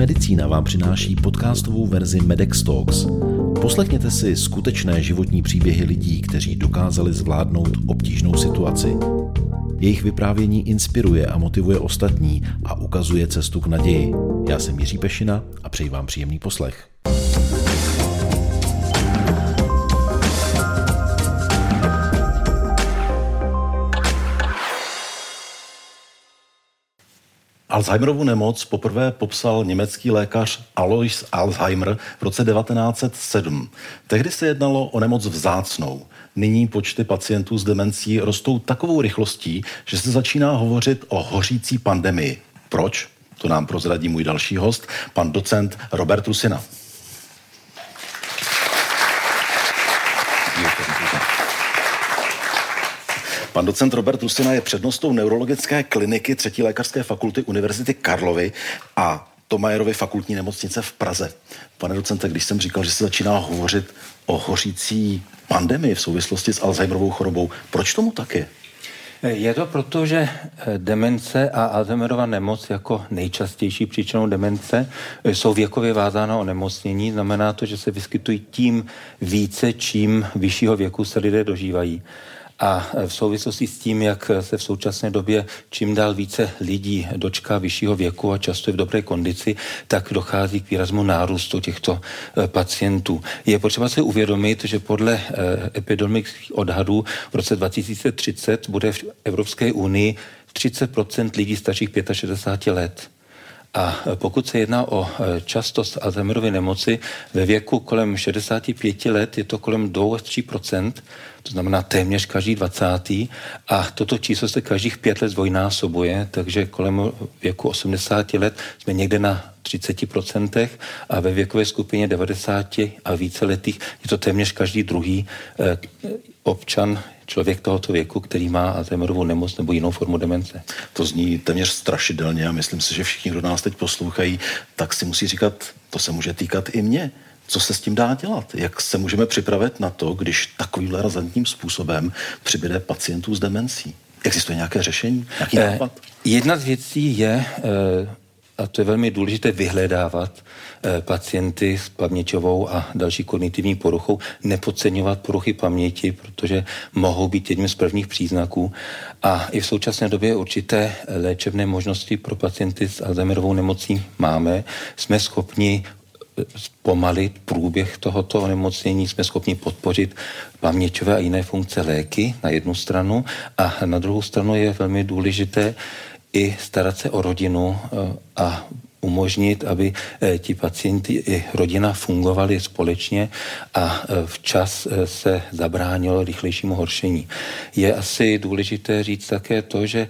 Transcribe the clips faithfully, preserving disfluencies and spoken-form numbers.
Medicína vám přináší podcastovou verzi Medex Talks. Poslechněte si skutečné životní příběhy lidí, kteří dokázali zvládnout obtížnou situaci. Jejich vyprávění inspiruje a motivuje ostatní a ukazuje cestu k naději. Já jsem Jiří Pešina a přeji vám příjemný poslech. Alzheimerovu nemoc poprvé popsal německý lékař Alois Alzheimer v roce devatenáct set sedm. Tehdy se jednalo o nemoc vzácnou. Nyní počty pacientů s demencí rostou takovou rychlostí, že se začíná hovořit o hořící pandemii. Proč? To nám prozradí můj další host, pan docent Robert Rusina. Pan docent Robert Rusina je přednostou neurologické kliniky třetí lékařské fakulty Univerzity Karlovy a Thomayerovy fakultní nemocnice v Praze. Pane docente, když jsem říkal, že se začíná hovořit o hořící pandemii v souvislosti s Alzheimerovou chorobou, proč tomu tak je? Je to proto, že demence a Alzheimerova nemoc jako nejčastější příčinou demence jsou věkově vázána onemocnění. Znamená to, že se vyskytují tím více, čím vyššího věku se lidé dožívají. A v souvislosti s tím, jak se v současné době čím dál více lidí dočká vyššího věku a často je v dobré kondici, tak dochází k výraznému nárůstu těchto pacientů. Je potřeba si uvědomit, že podle epidemiologických odhadů v roce dva tisíce třicet bude v Evropské unii třicet procent lidí starších šedesáti pěti let. A pokud se jedná o častost Alzheimerovy nemoci, ve věku kolem šedesáti pěti let je to kolem dva až tři procenta, to znamená téměř každý dvacátý a toto číslo se každých pět let zdvojnásobuje, takže kolem věku osmdesáti let jsme někde na třiceti procentech a ve věkové skupině devadesáti a více letých je to téměř každý druhý eh, občan, člověk tohoto věku, který má Alzheimerovu nemoc nebo jinou formu demence. To zní téměř strašidelně a myslím si, že všichni, kdo nás teď poslouchají, tak si musí říkat, to se může týkat i mě. Co se s tím dá dělat? Jak se můžeme připravit na to, když takovýmhle razantním způsobem přibyde pacientů s demencí? Existuje nějaké řešení? Nějaký nápad? Eh, jedna z věcí je, eh, a to je velmi důležité, vyhledávat eh, pacienty s paměťovou a další kognitivní poruchou, nepodceňovat poruchy paměti, protože mohou být jedním z prvních příznaků. A i v současné době určité léčebné možnosti pro pacienty s Alzheimerovou nemocí máme. Jsme schopni zpomalit průběh tohoto onemocnění, jsme schopni podpořit paměťové a jiné funkce léky na jednu stranu a na druhou stranu je velmi důležité i starat se o rodinu a umožnit, aby ti pacienti i rodina fungovali společně a včas se zabránilo rychlejšímu horšení. Je asi důležité říct také to, že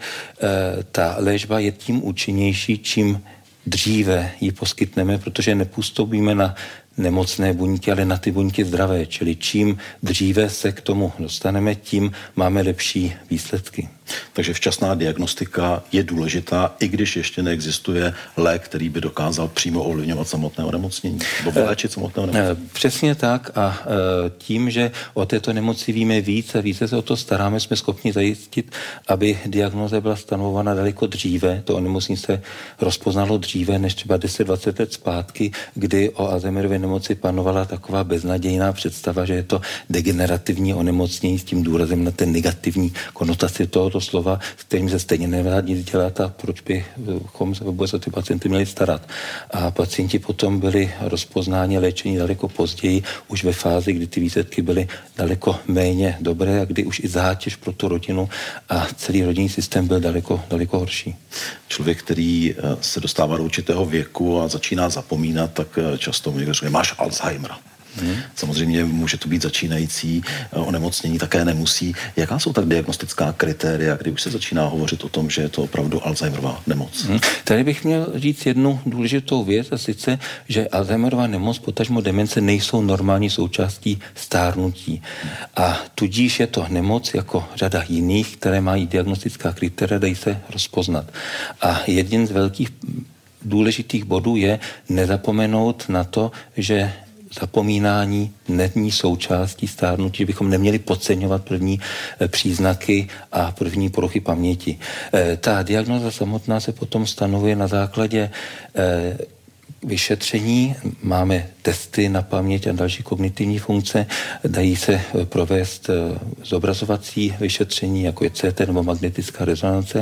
ta léčba je tím účinnější, čím dříve ji poskytneme, protože nepůsobíme na nemocné buňky, ale na ty buňky zdravé. Čili čím dříve se k tomu dostaneme, tím máme lepší výsledky. Takže včasná diagnostika je důležitá, i když ještě neexistuje lék, který by dokázal přímo ovlivňovat samotné onemocnění, nebo vyléčit samotné onemocnění. Přesně tak a tím, že o této nemoci víme víc a více se o to staráme, jsme schopni zajistit, aby diagnóza byla stanovována daleko dříve. To onemocnění se rozpoznalo dříve než třeba deset dvacet let zpátky, kdy o Alzheimerově nemoci panovala taková beznadějná představa, že je to degenerativní onemocnění s tím důrazem na ten negativní konotaci tohoto slova, s kterým se stejně nedá nic dělat a proč bychom se vůbec o ty pacienty měli starat. A pacienti potom byli rozpoznáni léčení daleko později, už ve fázi, kdy ty výsledky byly daleko méně dobré a kdy už i zátěž pro tu rodinu a celý rodinný systém byl daleko, daleko horší. Člověk, který se dostává do určitého věku a začíná zapomínat, tak často mi říká, máš Alzheimera. Hmm. Samozřejmě může to být začínající onemocnění, také nemusí. Jaká jsou tak diagnostická kritéria, kdy už se začíná hovořit o tom, že je to opravdu Alzheimerova nemoc? Hmm. Tady bych měl říct jednu důležitou věc, a sice, že Alzheimerova nemoc, potažmo demence, nejsou normální součástí stárnutí. Hmm. A tudíž je to nemoc jako řada jiných, které mají diagnostická kritéria, dají se rozpoznat. A jeden z velkých důležitých bodů je nezapomenout na to, že zapomínání není součástí stárnutí, že bychom neměli podceňovat první příznaky a první poruchy paměti. Ta diagnóza samotná se potom stanovuje na základě vyšetření, máme testy na paměť a další kognitivní funkce, dají se provést zobrazovací vyšetření, jako je C T nebo magnetická rezonance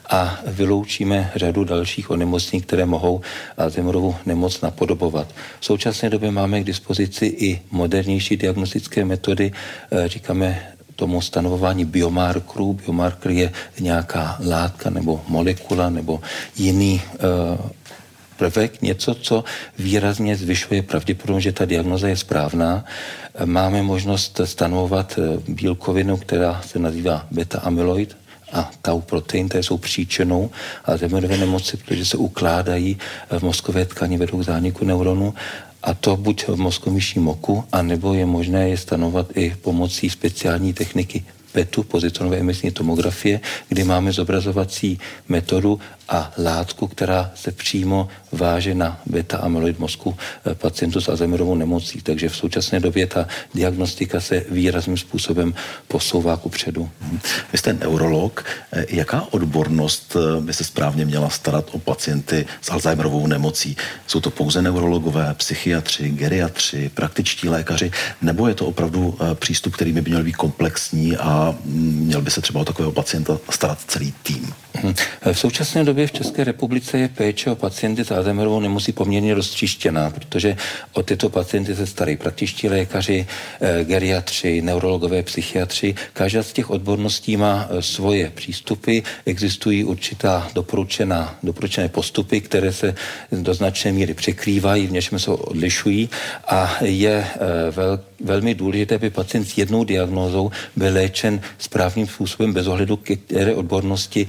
a vyloučíme řadu dalších onemocnění, které mohou Alzheimerovu nemoc napodobovat. V současné době máme k dispozici i modernější diagnostické metody, říkáme tomu stanovování biomarkerů. Biomarker je nějaká látka nebo molekula nebo jiný uh, prvek, něco, co výrazně zvyšuje pravděpodobnost, že ta diagnoza je správná. Máme možnost stanovovat bílkovinu, která se nazývá beta-amyloid a tau protein, které jsou příčinou Alzheimerovy nemoci, protože se ukládají v mozkové tkani, vedou k zániku neuronů. A to buď v mozkomyšním oku, anebo je možné je stanovat i pomocí speciální techniky P E T u, pozitronové emisní tomografie, kdy máme zobrazovací metodu a látku, která se přímo váže na beta-amyloid mozku pacientů s Alzheimerovou nemocí. Takže v současné době ta diagnostika se výrazným způsobem posouvá kupředu. Vy jste neurolog. Jaká odbornost by se správně měla starat o pacienty s Alzheimerovou nemocí? Jsou to pouze neurologové, psychiatři, geriatři, praktičtí lékaři, nebo je to opravdu přístup, který by měl být komplexní a měl by se třeba o takového pacienta starat celý tým? V současné době v České republice je péče o pacienty s Alzheimerovou nemocí poměrně roztříštěná, protože o tyto pacienty se starají praktičtí lékaři, geriatři, neurologové, psychiatři. Každá z těch odborností má svoje přístupy, existují určitá doporučená, doporučené postupy, které se do značné míry překrývají, v něčem se odlišují a je vel, velmi důležité, aby pacient s jednou diagnózou byl léčen správným způsobem bez ohledu k které odbornosti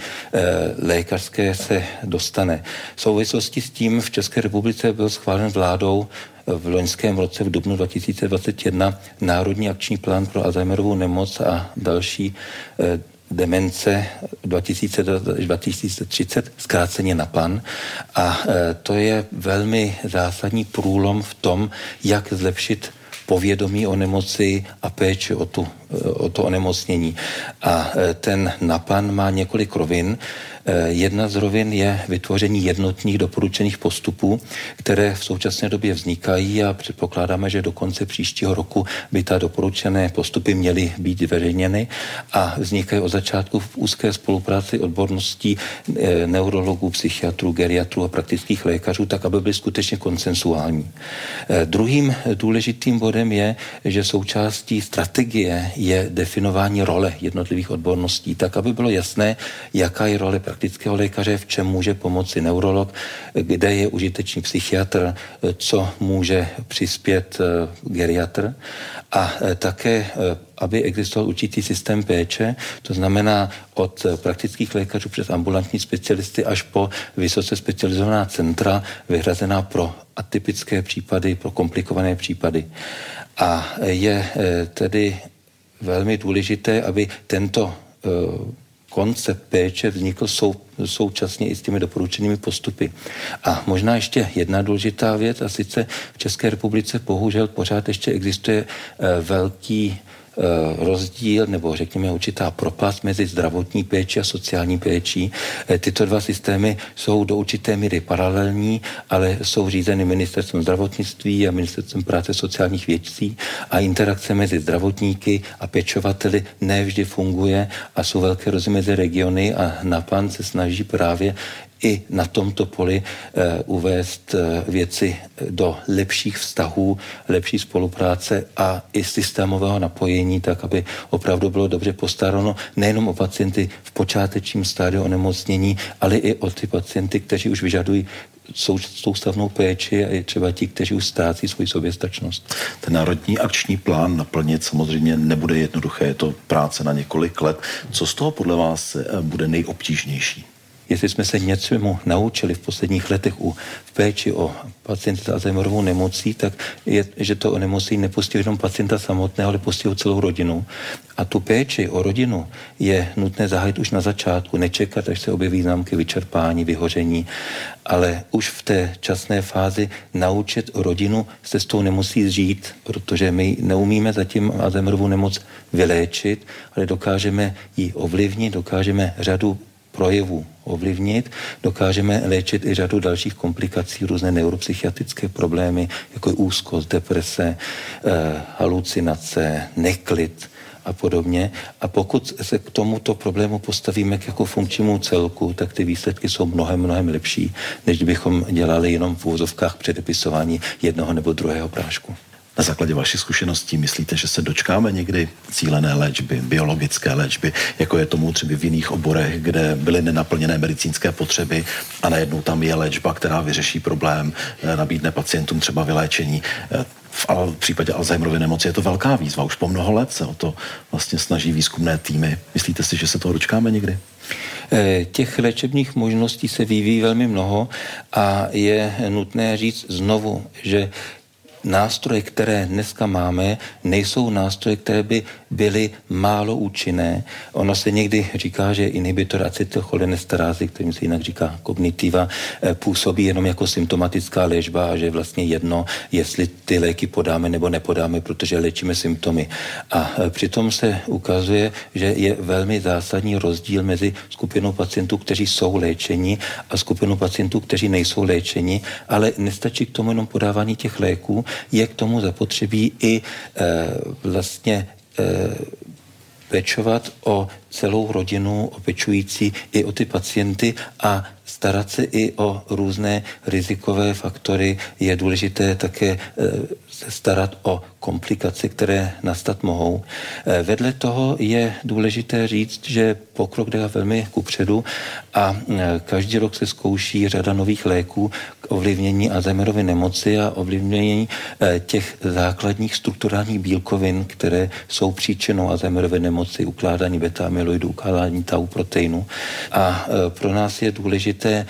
lékařské se dostane. V souvislosti s tím v České republice byl schválen vládou v loňském roce v dubnu dva tisíce dvacet jedna Národní akční plán pro Alzheimerovou nemoc a další demence dva tisíce dva tisíce třicet, zkráceně NAPAN. A to je velmi zásadní průlom v tom, jak zlepšit povědomí o nemoci a péči o, tu, o to onemocnění. A ten NAPAN má několik rovin. Jedna z rovin je vytvoření jednotných doporučených postupů, které v současné době vznikají a předpokládáme, že do konce příštího roku by ta doporučené postupy měly být zveřejněny a vznikají od začátku v úzké spolupráci odborností neurologů, psychiatrů, geriatrů a praktických lékařů, tak aby byly skutečně konsensuální. Druhým důležitým bodem je, že součástí strategie je definování role jednotlivých odborností, tak aby bylo jasné, jaká je role praktického lékaře, v čem může pomoci neurolog, kde je užitečný psychiatr, co může přispět geriatr a také, aby existoval určitý systém péče, to znamená od praktických lékařů přes ambulantní specialisty až po vysoce specializovaná centra vyhrazená pro atypické případy, pro komplikované případy. A je tedy velmi důležité, aby tento koncept péče vznikl sou, současně i s těmi doporučenými postupy. A možná ještě jedna důležitá věc, a sice v České republice bohužel pořád ještě existuje e, velký rozdíl nebo řekněme určitá propast mezi zdravotní péčí a sociální péčí. Tyto dva systémy jsou do určité míry paralelní, ale jsou řízeny ministerstvem zdravotnictví a ministerstvem práce sociálních věcí a interakce mezi zdravotníky a pečovateli nevždy funguje a jsou velké rozdíly mezi regiony a NAPAN se snaží právě i na tomto poli e, uvést e, věci do lepších vztahů, lepší spolupráce a i systémového napojení, tak aby opravdu bylo dobře postaráno nejenom o pacienty v počátečním stádiu onemocnění, ale i o ty pacienty, kteří už vyžadují sou, soustavnou péči a i třeba ti, kteří už ztrácí svoji soběstačnost. Ten národní akční plán naplnit samozřejmě nebude jednoduché, je to práce na několik let. Co z toho podle vás bude nejobtížnější? Jestli jsme se něčemu naučili v posledních letech u v péči o pacienty s Alzheimerovou nemocí, tak je, že to onemocnění nepostihuje jenom pacienta samotného, ale postihuje celou rodinu. A tu péči o rodinu je nutné zahájit už na začátku, nečekat, až se objeví známky vyčerpání, vyhoření, ale už v té časné fázi naučit rodinu se s tou nemocí žít, protože my neumíme zatím Alzheimerovou nemoc vyléčit, ale dokážeme ji ovlivnit, dokážeme řadu projevů ovlivnit, dokážeme léčit i řadu dalších komplikací, různé neuropsychiatrické problémy, jako je úzkost, deprese, eh, halucinace, neklid a podobně. A pokud se k tomuto problému postavíme k jako funkčnímu celku, tak ty výsledky jsou mnohem, mnohem lepší, než bychom dělali jenom v úvozovkách předepisování jednoho nebo druhého prášku. Na základě vašich zkušeností myslíte, že se dočkáme někdy cílené léčby, biologické léčby, jako je tomu třeba v jiných oborech, kde byly nenaplněné medicínské potřeby a najednou tam je léčba, která vyřeší problém, nabídne pacientům třeba vyléčení. V, v případě Alzheimerovy nemoci je to velká výzva. Už po mnoho let se o to vlastně snaží výzkumné týmy. Myslíte si, že se toho dočkáme někdy? Těch léčebných možností se vyvíjí velmi mnoho a je nutné říct znovu, že nástroje, které dneska máme, nejsou nástroje, které by byly málo účinné. Ono se někdy říká, že inhibitor acetylcholinesterázy, kterým se jinak říká kognitiva, působí jenom jako symptomatická léčba a že je vlastně jedno, jestli ty léky podáme nebo nepodáme, protože léčíme symptomy. A přitom se ukazuje, že je velmi zásadní rozdíl mezi skupinou pacientů, kteří jsou léčeni a skupinou pacientů, kteří nejsou léčeni, ale nestačí k tomu jenom podávání těch léků, je k tomu zapotřebí i e, vlastně e, pečovat o celou rodinu, o pečující i o ty pacienty a starat se i o různé rizikové faktory. Je důležité také e, se starat o komplikace, které nastat mohou. E, vedle toho je důležité říct, že pokrok jde velmi kupředu a e, každý rok se zkouší řada nových léků k ovlivnění Alzheimerovy nemoci a ovlivnění e, těch základních strukturálních bílkovin, které jsou příčinou Alzheimerovy nemoci, ukládání beta-amyloidu, ukládání tau proteinu. A e, pro nás je důležité e,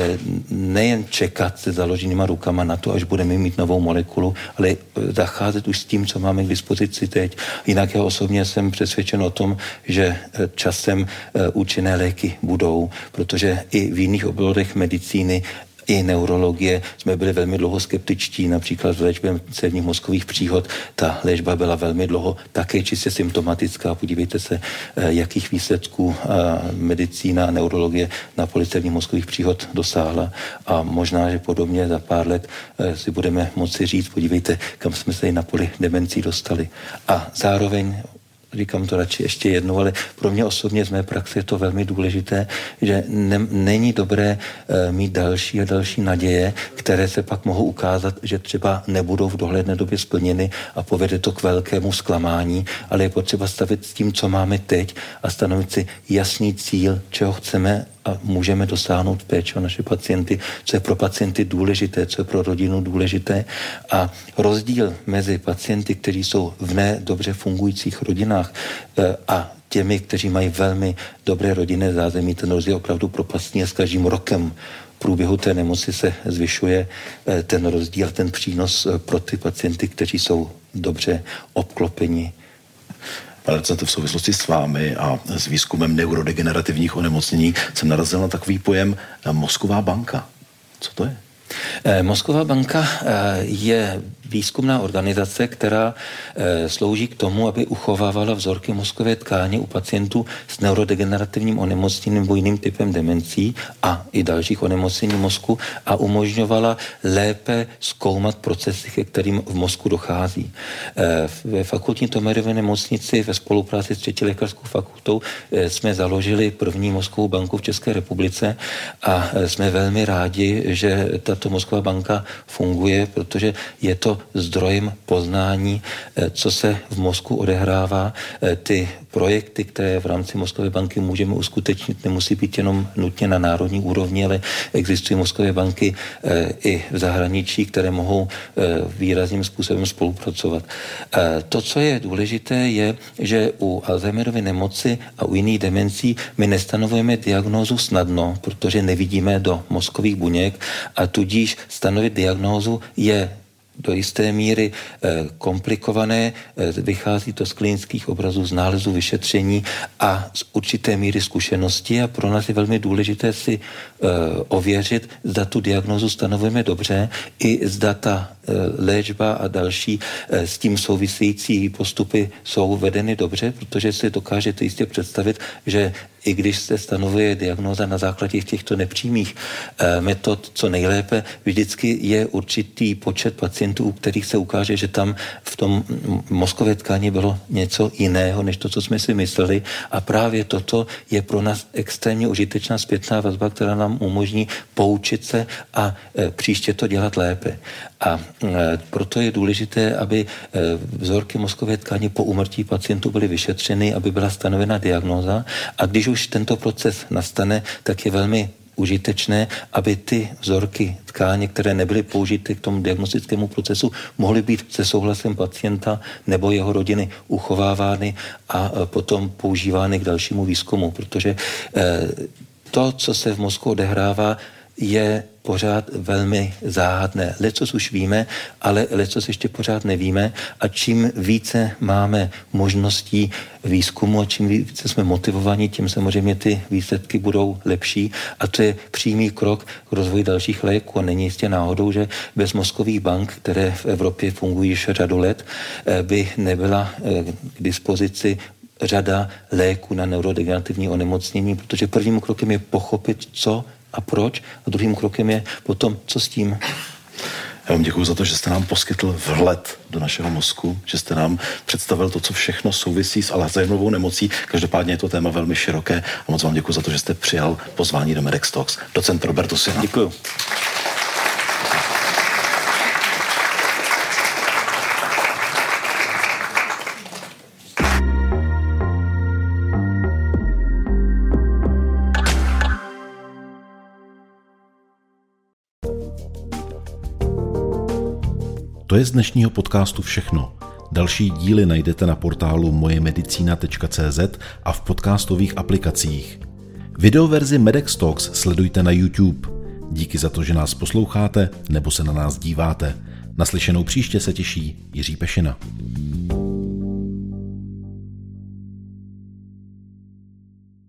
nejen čekat se založenýma rukama na to, až budeme mít novou molekulu, ale e, zacházet už s tím, co máme k dispozici teď. Jinak já osobně jsem přesvědčen o tom, že e, časem e, účinné léky budou, protože i v jiných oborech medicíny i neurologie jsme byli velmi dlouho skeptičtí, například v léčbě cévních mozkových příhod. Ta léčba byla velmi dlouho také čistě symptomatická. Podívejte se, jakých výsledků medicína a neurologie na poli cévních mozkových příhod dosáhla. A možná, že podobně za pár let si budeme moci říct, podívejte, kam jsme se i na poli demencí dostali. A zároveň říkám to radši ještě jednou, ale pro mě osobně z mé praxe je to velmi důležité, že ne, není dobré e, mít další a další naděje, které se pak mohou ukázat, že třeba nebudou v dohledné době splněny a povede to k velkému zklamání, ale je potřeba stavit s tím, co máme teď a stanovit si jasný cíl, čeho chceme a můžeme dosáhnout péče o naše pacienty, co je pro pacienty důležité, co je pro rodinu důležité. A rozdíl mezi pacienty, kteří jsou v ne dobře fungujících rodinách a těmi, kteří mají velmi dobré rodinné zázemí, ten rozdíl je opravdu propastný a s každým rokem v průběhu té nemoci se zvyšuje ten rozdíl, ten přínos pro ty pacienty, kteří jsou dobře obklopeni. Pane docente, v souvislosti s vámi a s výzkumem neurodegenerativních onemocnění jsem narazil na takový pojem mozková banka. Co to je? Mozková banka je výzkumná organizace, která slouží k tomu, aby uchovávala vzorky mozkové tkáně u pacientů s neurodegenerativním onemocněním nebo jiným typem demencí a i dalších onemocnění mozku a umožňovala lépe zkoumat procesy, ke kterým v mozku dochází. Ve fakultní Tomérově nemocnici ve spolupráci s třetí lékařskou fakultou jsme založili první mozkovou banku v České republice a jsme velmi rádi, že tato mozková banka funguje, protože je to zdrojem poznání, co se v mozku odehrává. Ty projekty, které v rámci mozkové banky můžeme uskutečnit, nemusí být jenom nutně na národní úrovni, ale existují mozkové banky i v zahraničí, které mohou výrazným způsobem spolupracovat. To, co je důležité, je, že u Alzheimerovy nemoci a u jiných demencí my nestanovujeme diagnózu snadno, protože nevidíme do mozkových buněk a tudíž stanovit diagnózu je do jisté míry eh, komplikované, eh, vychází to z klinických obrazů, z nálezů vyšetření a z určité míry zkušenosti a pro nás je velmi důležité si eh, ověřit, zda tu diagnózu stanovujeme dobře i zda ta léčba a další s tím související postupy jsou vedeny dobře, protože si dokážete jistě představit, že i když se stanovuje diagnóza na základě těchto nepřímých metod co nejlépe, vždycky je určitý počet pacientů, u kterých se ukáže, že tam v tom mozkové tkáni bylo něco jiného, než to, co jsme si mysleli. A právě toto je pro nás extrémně užitečná zpětná vazba, která nám umožní poučit se a příště to dělat lépe. A proto je důležité, aby vzorky mozkové tkáně po úmrtí pacientů byly vyšetřeny, aby byla stanovena diagnóza. A když už tento proces nastane, tak je velmi užitečné, aby ty vzorky tkáně, které nebyly použity k tomu diagnostickému procesu, mohly být se souhlasem pacienta nebo jeho rodiny uchovávány a potom používány k dalšímu výzkumu, protože to, co se v mozku odehrává, je pořád velmi záhadné. Lecos už víme, ale lecos ještě pořád nevíme a čím více máme možností výzkumu a čím více jsme motivovaní, tím samozřejmě ty výsledky budou lepší a to je přímý krok k rozvoji dalších léků a není jistě náhodou, že bez mozkových bank, které v Evropě fungují již řadu let, by nebyla k dispozici řada léků na neurodegenerativní onemocnění, protože prvním krokem je pochopit, co a proč, a druhým krokem je potom, co s tím. Já vám děkuji za to, že jste nám poskytl vhled do našeho mozku, že jste nám představil to, co všechno souvisí s Alzheimerovou nemocí. Každopádně je to téma velmi široké a moc vám děkuji za to, že jste přijal pozvání do Medex Talks. Docent Robert Osina. Děkuji. To je z dnešního podcastu všechno. Další díly najdete na portálu moje medicína tečka cé zet a v podcastových aplikacích. Videoverzi Medex Talks sledujte na YouTube. Díky za to, že nás posloucháte nebo se na nás díváte. Naslyšenou příště se těší Jiří Pešina.